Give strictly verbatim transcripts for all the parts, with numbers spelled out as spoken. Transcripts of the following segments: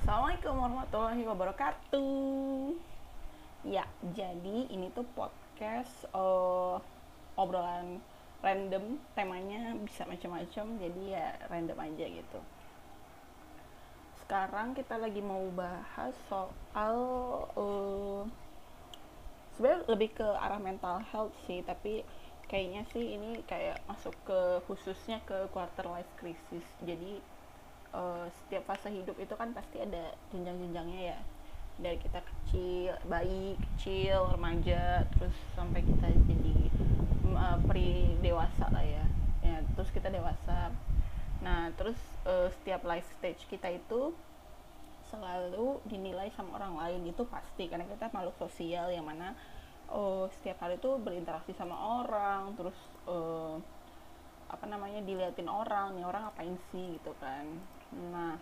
Assalamualaikum warahmatullahi wabarakatuh. Ya, jadi ini tuh podcast uh, obrolan random, temanya bisa macam-macam, jadi ya random aja gitu. Sekarang kita lagi mau bahas soal uh, sebenarnya lebih ke arah mental health sih, tapi kayaknya sih ini kayak masuk ke khususnya ke quarter life crisis. Jadi uh, setiap fase hidup itu kan pasti ada jenjang-jenjangnya ya, dari kita kecil, bayi kecil, remaja, terus sampai kita jadi uh, pri dewasa lah ya. Ya terus kita dewasa. Nah terus uh, setiap life stage kita itu selalu dinilai sama orang lain, itu pasti karena kita makhluk sosial yang mana oh, setiap hari itu berinteraksi sama orang, terus uh, apa namanya diliatin orang, nih orang ngapain sih gitu kan. Nah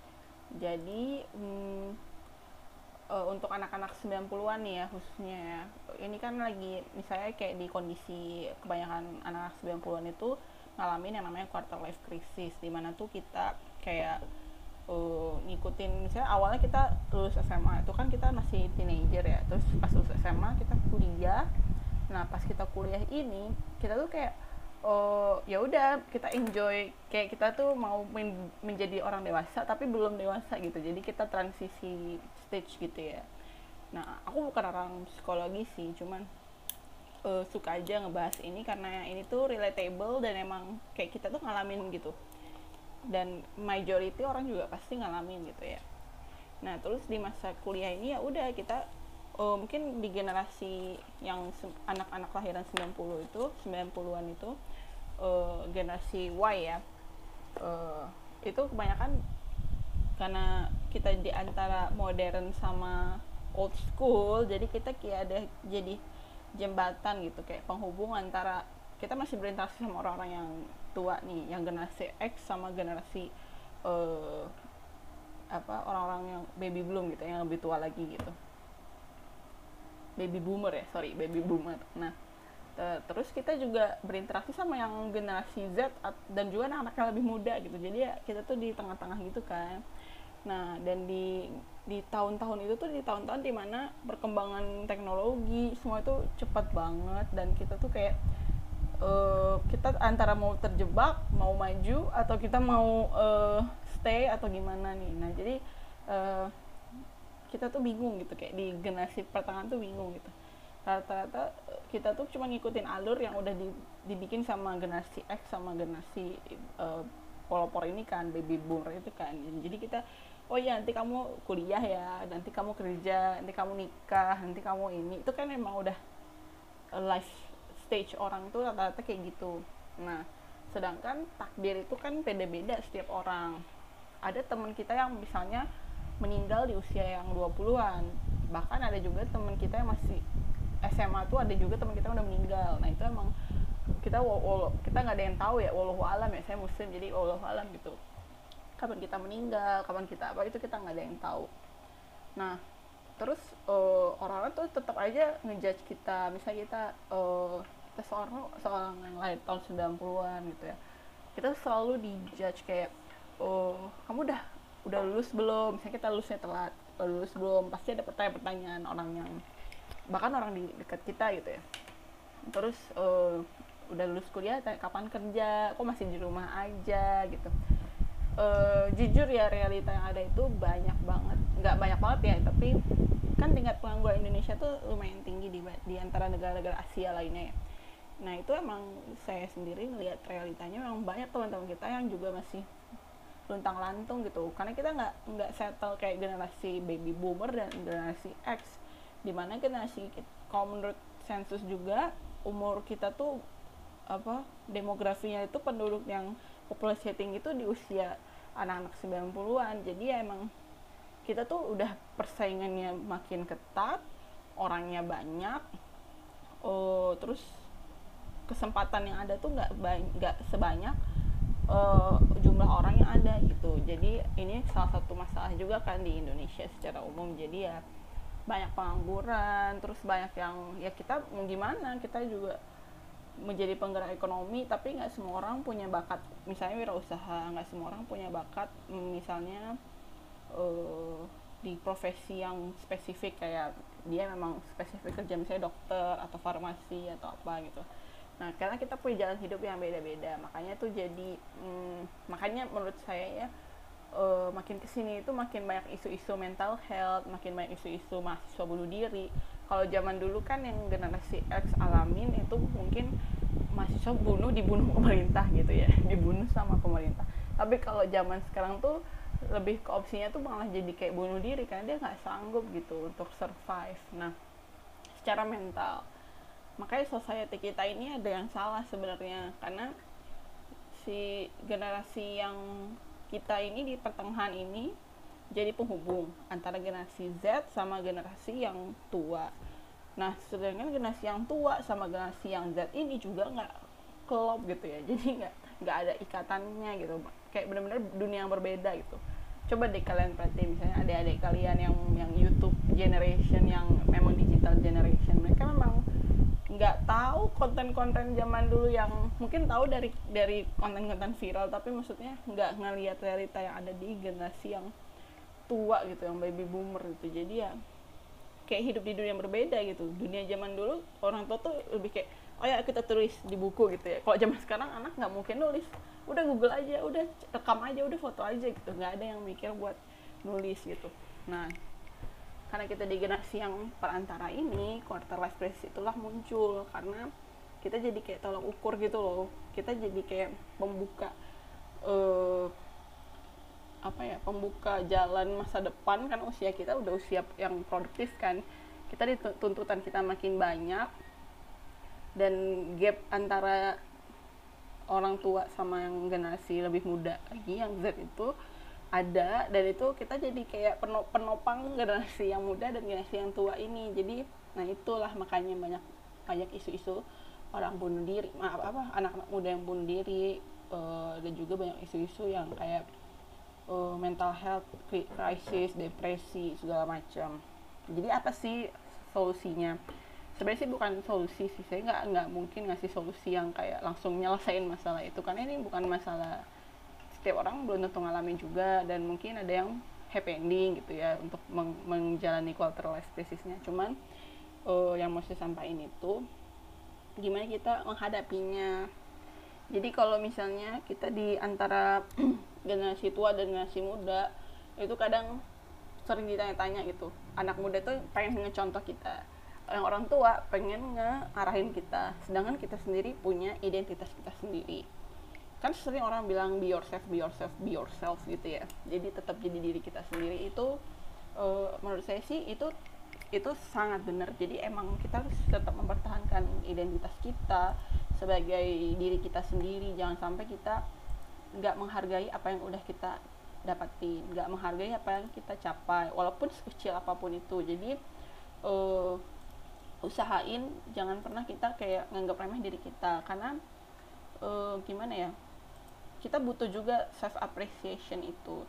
jadi hmm, uh, untuk anak-anak sembilan puluhan nih ya khususnya ya, ini kan lagi misalnya kayak di kondisi kebanyakan anak-anak sembilan puluhan itu ngalamin yang namanya quarter life crisis, dimana tuh kita kayak uh, ngikutin, misalnya awalnya kita lulus S M A itu kan kita masih teenager ya, terus pas lulus S M A kita kuliah. Nah pas kita kuliah ini kita tuh kayak oh ya udah kita enjoy, kayak kita tuh mau men- menjadi orang dewasa tapi belum dewasa gitu, jadi kita transisi stage gitu ya. Nah aku bukan orang psikologi sih, cuman uh, suka aja ngebahas ini karena ini tuh relatable dan emang kayak kita tuh ngalamin gitu, dan majority orang juga pasti ngalamin gitu ya. Nah terus di masa kuliah ini ya udah kita uh, mungkin di generasi yang se- anak-anak lahiran sembilan puluh itu sembilan puluhan itu uh, generasi Y ya, uh, itu kebanyakan karena kita di antara modern sama old school, jadi kita kayak ada jadi jembatan gitu, kayak penghubung antara kita masih berinteraksi sama orang-orang yang tua nih, yang generasi X sama generasi uh, apa orang-orang yang baby boom gitu, yang lebih tua lagi gitu, baby boomer ya, sorry baby boomer. Nah te- terus kita juga berinteraksi sama yang generasi Z dan juga anak-anak yang lebih muda gitu, jadi ya kita tuh di tengah-tengah gitu kan. Nah dan di di tahun-tahun itu tuh di tahun-tahun dimana perkembangan teknologi semua itu cepat banget, dan kita tuh kayak uh, kita antara mau terjebak, mau maju, atau kita mau uh, stay atau gimana nih. Nah jadi uh, kita tuh bingung gitu, kayak di generasi pertengahan tuh bingung gitu. Rata-rata kita tuh cuma ngikutin alur yang udah di, dibikin sama generasi X sama generasi uh, pelopor ini kan, baby boomer itu kan. Jadi kita oh ya nanti kamu kuliah ya, nanti kamu kerja, nanti kamu nikah, nanti kamu ini, itu kan emang udah uh, life stage orang tuh rata-rata kayak gitu. Nah sedangkan takdir itu kan beda-beda setiap orang. Ada teman kita yang misalnya meninggal di usia yang dua puluhan, bahkan ada juga teman kita yang masih S M A tuh ada juga teman kita yang udah meninggal. Nah itu emang kita kita nggak ada yang tahu ya, wallahu alam ya, saya muslim jadi wallahu alam gitu, kapan kita meninggal, kapan kita apa, itu kita nggak ada yang tahu. Nah terus uh, orang-orang tuh tetap aja ngejudge kita, misalnya kita uh, kita seorang seorang yang lahir tahun sembilan puluhan gitu ya, kita selalu dijudge kayak oh kamu udah udah lulus belum, misalnya kita lulusnya telat, lulus belum, pasti ada pertanyaan-pertanyaan orang yang bahkan orang di dekat kita gitu ya. Terus uh, udah lulus kuliah kapan kerja, kok masih di rumah aja gitu. Uh, jujur ya realita yang ada itu banyak banget, nggak banyak banget ya, tapi kan tingkat pengangguran Indonesia tuh lumayan tinggi di, di antara negara-negara Asia lainnya ya. Nah itu emang saya sendiri ngelihat realitanya memang banyak teman-teman kita yang juga masih luntang lantung gitu, karena kita nggak nggak settle kayak generasi baby boomer dan generasi X, dimana generasi, kalau menurut sensus juga umur kita tuh apa demografinya itu penduduk yang populasi tinggi itu di usia anak-anak sembilan puluhan. Jadi ya emang kita tuh udah persaingannya makin ketat, orangnya banyak, oh, terus kesempatan yang ada tuh nggak nggak sebanyak uh, jumlah orang yang ada gitu. Jadi ini salah satu masalah juga kan di Indonesia secara umum. Jadi ya banyak pengangguran, terus banyak yang ya kita mau gimana, kita juga menjadi penggerak ekonomi, tapi nggak semua orang punya bakat misalnya wirausaha, nggak semua orang punya bakat misalnya uh, di profesi yang spesifik, kayak dia memang spesifik kerja misalnya dokter atau farmasi atau apa gitu. Nah, karena kita punya jalan hidup yang beda-beda, makanya tuh jadi hmm, makanya menurut saya ya, uh, makin kesini itu makin banyak isu-isu mental health, makin banyak isu-isu mahasiswa bunuh diri. Kalau zaman dulu kan yang generasi X alamin itu mungkin mahasiswa bunuh dibunuh pemerintah gitu ya, dibunuh sama pemerintah. Tapi kalau zaman sekarang tuh lebih ke opsinya tuh malah jadi kayak bunuh diri karena dia nggak sanggup gitu untuk survive. Nah, secara mental, makanya society kita ini ada yang salah sebenarnya, karena si generasi yang kita ini di pertengahan ini jadi penghubung antara generasi Z sama generasi yang tua. Nah, sedangkan generasi yang tua sama generasi yang Z ini juga nggak klop gitu ya, jadi nggak nggak ada ikatannya gitu, kayak benar-benar dunia yang berbeda gitu. Coba deh kalian perhatiin misalnya adik-adik kalian yang yang YouTube generation, yang memang digital generation, mereka memang nggak tahu konten-konten zaman dulu yang mungkin tahu dari dari konten-konten viral, tapi maksudnya nggak ngelihat realita yang ada di generasi yang tua gitu, yang baby boomer gitu. Jadi ya kayak hidup di dunia yang berbeda gitu. Dunia zaman dulu orang tua tuh lebih kayak, oh ya kita tulis di buku gitu ya. Kalau zaman sekarang anak nggak mungkin nulis, udah Google aja, udah rekam aja, udah foto aja gitu, nggak ada yang mikir buat nulis gitu. Nah, karena kita di generasi yang perantara ini, quarter life crisis itulah muncul, karena kita jadi kayak tolak ukur gitu loh. Kita jadi kayak pembuka uh, apa ya, pembuka jalan masa depan, kan usia kita udah usia yang produktif kan. Kita dituntutan kita makin banyak, dan gap antara orang tua sama yang generasi lebih muda lagi, yang Z itu ada, dan itu kita jadi kayak penopang generasi yang muda dan generasi yang tua ini. Jadi nah itulah makanya banyak banyak isu-isu orang bunuh diri, maaf apa anak-anak muda yang bunuh diri, uh, dan juga banyak isu-isu yang kayak uh, mental health crisis, depresi segala macam. Jadi apa sih solusinya? Sebenarnya sih bukan solusi sih, saya nggak nggak mungkin ngasih solusi yang kayak langsung nyelesain masalah itu, karena ini bukan masalah, setiap orang belum tentu ngalamin juga, dan mungkin ada yang happy ending gitu ya untuk meng- menjalani quarter life crisisnya. Cuman uh, yang mau saya sampaikan itu gimana kita menghadapinya. Jadi kalau misalnya kita di antara generasi tua dan generasi muda itu kadang sering ditanya-tanya gitu, anak muda tuh pengen ngecontoh kita, yang orang tua pengen ngearahin kita, sedangkan kita sendiri punya identitas kita sendiri. Kan sering orang bilang be yourself, be yourself, be yourself gitu ya. Jadi tetap jadi diri kita sendiri itu, uh, menurut saya sih itu itu sangat benar. Jadi emang kita harus tetap mempertahankan identitas kita sebagai diri kita sendiri. Jangan sampai kita nggak menghargai apa yang udah kita dapatin, nggak menghargai apa yang kita capai, walaupun sekecil apapun itu. Jadi uh, usahain jangan pernah kita kayak nganggap remeh diri kita, karena uh, gimana ya, kita butuh juga self appreciation itu.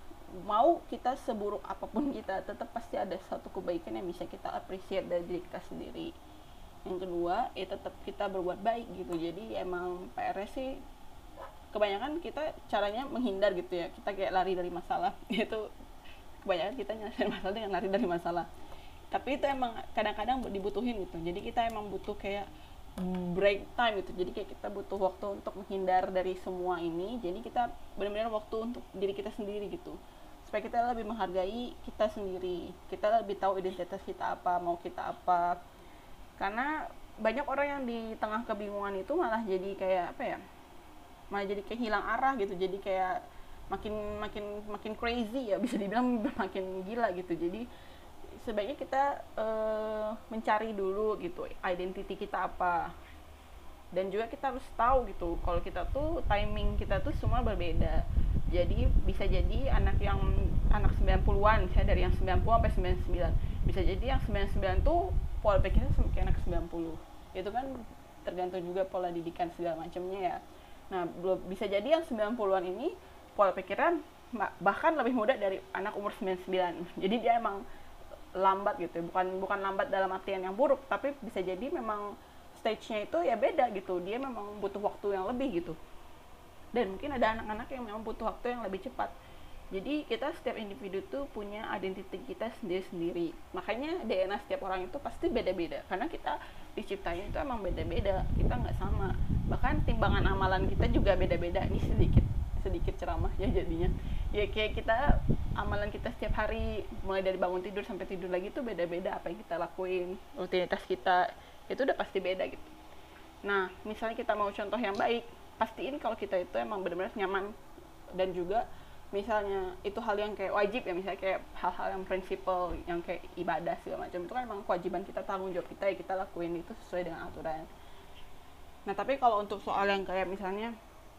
Mau kita seburuk apapun kita, tetap pasti ada satu kebaikan yang bisa kita appreciate dari diri kita sendiri. Yang kedua, ya tetap kita berbuat baik gitu. Jadi emang P R sih kebanyakan kita caranya menghindar gitu ya, kita kayak lari dari masalah itu. Kebanyakan kita nyelesain masalah dengan lari dari masalah, tapi itu emang kadang-kadang dibutuhin gitu. Jadi kita emang butuh kayak break time gitu, jadi kayak kita butuh waktu untuk menghindar dari semua ini. Jadi kita benar-benar waktu untuk diri kita sendiri gitu, supaya kita lebih menghargai kita sendiri, kita lebih tahu identitas kita apa, mau kita apa. Karena banyak orang yang di tengah kebingungan itu malah jadi kayak apa ya, malah jadi kayak hilang arah gitu, jadi kayak makin makin makin crazy ya, bisa dibilang makin gila gitu. Jadi sebaiknya kita uh, mencari dulu gitu identity kita apa, dan juga kita harus tahu gitu kalau kita tuh timing kita tuh semua berbeda. Jadi bisa jadi anak yang anak sembilan puluhan, misalnya dari yang sembilan puluh sampai sembilan puluh sembilan, bisa jadi yang sembilan puluh sembilan tuh pola pikirnya sama kayak anak sembilan puluh. Itu kan tergantung juga pola didikan segala macamnya ya. Nah, bisa jadi yang sembilan puluhan ini pola pikiran bahkan lebih muda dari anak umur sembilan puluh sembilan. Jadi dia emang lambat gitu, bukan bukan lambat dalam artian yang buruk, tapi bisa jadi memang stage-nya itu ya beda gitu, dia memang butuh waktu yang lebih gitu. Dan mungkin ada anak-anak yang memang butuh waktu yang lebih cepat. Jadi kita setiap individu tuh punya identiti kita sendiri-sendiri. Makanya D N A setiap orang itu pasti beda-beda. Karena kita diciptain itu emang beda-beda. Kita nggak sama. Bahkan timbangan amalan kita juga beda-beda. Ini sedikit sedikit ceramah ya jadinya. Ya kayak kita amalan kita setiap hari mulai dari bangun tidur sampai tidur lagi tuh beda-beda apa yang kita lakuin. Rutinitas kita itu udah pasti beda gitu. Nah, misalnya kita mau contoh yang baik, pastiin kalau kita itu emang benar-benar nyaman dan juga misalnya itu hal yang kayak wajib ya, misalnya kayak hal-hal yang prinsipal yang kayak ibadah segala macam itu kan emang kewajiban kita, tanggung jawab kita ya, kita lakuin itu sesuai dengan aturan. Nah tapi kalau untuk soal yang kayak misalnya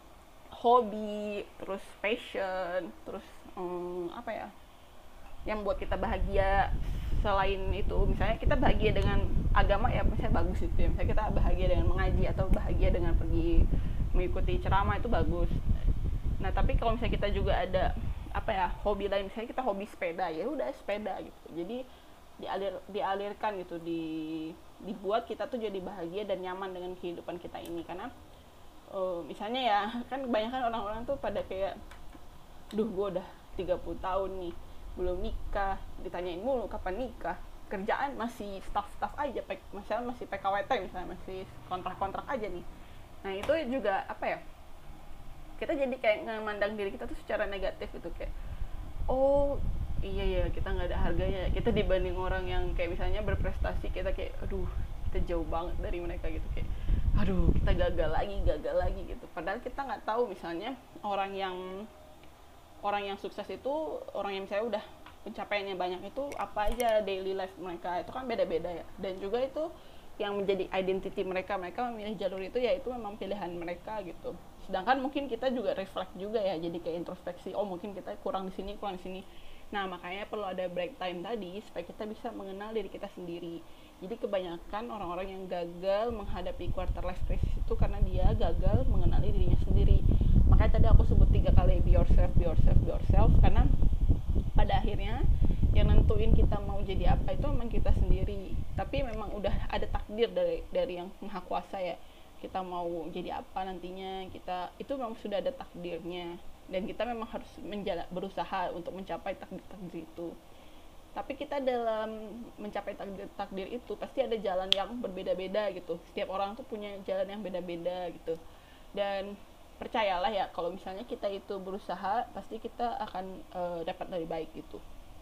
hobi, terus passion, terus hmm, apa ya yang buat kita bahagia selain itu, misalnya kita bahagia dengan agama ya misalnya bagus itu ya, misalnya kita bahagia dengan mengaji atau bahagia dengan pergi mengikuti ceramah itu bagus. Nah tapi kalau misalnya kita juga ada apa ya hobi lain, misalnya kita hobi sepeda, ya udah sepeda gitu. Jadi dialir dialirkan gitu, di dibuat kita tuh jadi bahagia dan nyaman dengan kehidupan kita ini. Karena uh, misalnya ya kan kebanyakan orang-orang tuh pada kayak, duh gue udah tiga puluh tahun nih belum nikah, ditanyain mulu kapan nikah, kerjaan masih staff-staff aja, misalnya masih P K W T, misalnya masih kontrak-kontrak aja nih. Nah itu juga apa ya, kita jadi kayak ngemandang diri kita tuh secara negatif gitu, kayak oh iya ya kita nggak ada harganya kita dibanding orang yang kayak misalnya berprestasi, kita kayak aduh kita jauh banget dari mereka gitu, kayak aduh kita gagal lagi gagal lagi gitu. Padahal kita nggak tahu misalnya orang yang orang yang sukses itu, orang yang misalnya udah pencapaiannya banyak itu apa aja daily life mereka itu kan beda-beda ya. Dan juga itu yang menjadi identity mereka, mereka memilih jalur itu ya itu memang pilihan mereka gitu. Sedangkan mungkin kita juga reflect juga ya, jadi kayak introspeksi, oh mungkin kita kurang di sini kurang di sini. Nah makanya perlu ada break time tadi supaya kita bisa mengenal diri kita sendiri. Jadi kebanyakan orang-orang yang gagal menghadapi quarter life crisis itu karena dia gagal mengenali dirinya sendiri. Makanya tadi aku sebut tiga kali be yourself, be yourself, be yourself, karena pada akhirnya yang nentuin kita mau jadi apa itu memang kita sendiri. Tapi memang udah ada takdir dari dari yang maha kuasa ya, kita mau jadi apa nantinya, kita itu memang sudah ada takdirnya dan kita memang harus menjala, berusaha untuk mencapai takdir-takdir itu. Tapi kita dalam mencapai takdir-takdir itu pasti ada jalan yang berbeda-beda gitu. Setiap orang tuh punya jalan yang beda-beda gitu. Dan percayalah ya kalau misalnya kita itu berusaha pasti kita akan uh, dapat lebih baik gitu.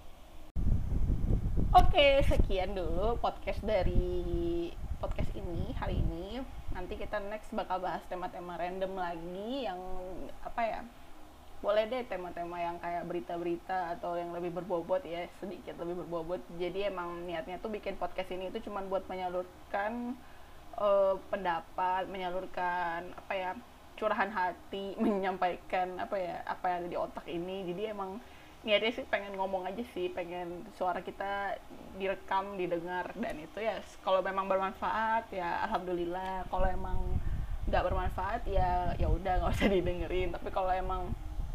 Oke, sekian dulu podcast dari podcast ini hari ini. Nanti kita next bakal bahas tema-tema random lagi yang apa ya, boleh deh tema-tema yang kayak berita-berita atau yang lebih berbobot ya, sedikit lebih berbobot. Jadi emang niatnya tuh bikin podcast ini itu cuma buat menyalurkan uh, pendapat, menyalurkan apa ya, curahan hati, menyampaikan apa ya, apa yang ada di otak ini. Jadi emang niatnya sih pengen ngomong aja sih, pengen suara kita direkam, didengar, dan itu ya kalau memang bermanfaat ya alhamdulillah, kalau emang nggak bermanfaat ya ya udah nggak usah didengerin. Tapi kalau emang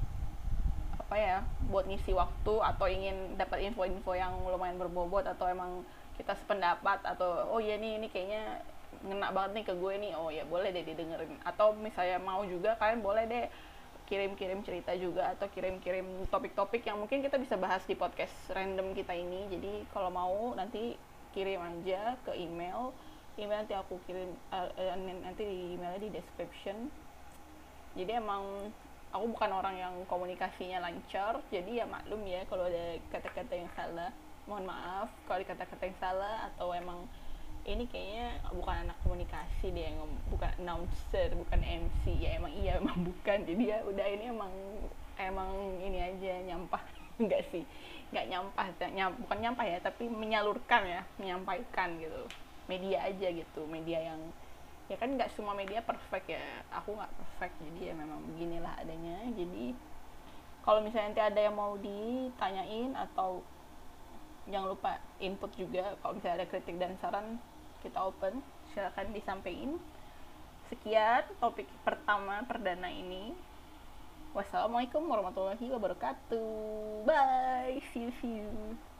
apa ya buat ngisi waktu atau ingin dapat info-info yang lumayan berbobot atau emang kita sependapat atau oh iya nih ini kayaknya ngena banget nih ke gue nih, oh ya boleh deh didengerin. Atau misalnya mau juga kalian boleh deh kirim-kirim cerita juga atau kirim-kirim topik-topik yang mungkin kita bisa bahas di podcast random kita ini. Jadi kalau mau nanti kirim aja ke email email nanti aku kirim uh, nanti di emailnya di description. Jadi emang aku bukan orang yang komunikasinya lancar, jadi ya maklum ya kalau ada kata-kata yang salah, mohon maaf kalau ada kata-kata yang salah atau emang ini kayaknya bukan anak komunikasi deh, yang bukan announcer, bukan M C, ya emang iya emang bukan. Jadi ya udah ini emang emang ini aja nyampah enggak sih, nggak nyampah, nyam, bukan nyampah ya, tapi menyalurkan ya, menyampaikan gitu, media aja gitu, media yang ya kan nggak semua media perfect ya, aku nggak perfect, jadi ya memang beginilah adanya. Jadi kalau misalnya nanti ada yang mau ditanyain atau jangan lupa input juga, kalau misalnya ada kritik dan saran kita open, silakan disampaikan. Sekian topik pertama perdana ini. Wassalamualaikum warahmatullahi wabarakatuh. Bye, see you, see you.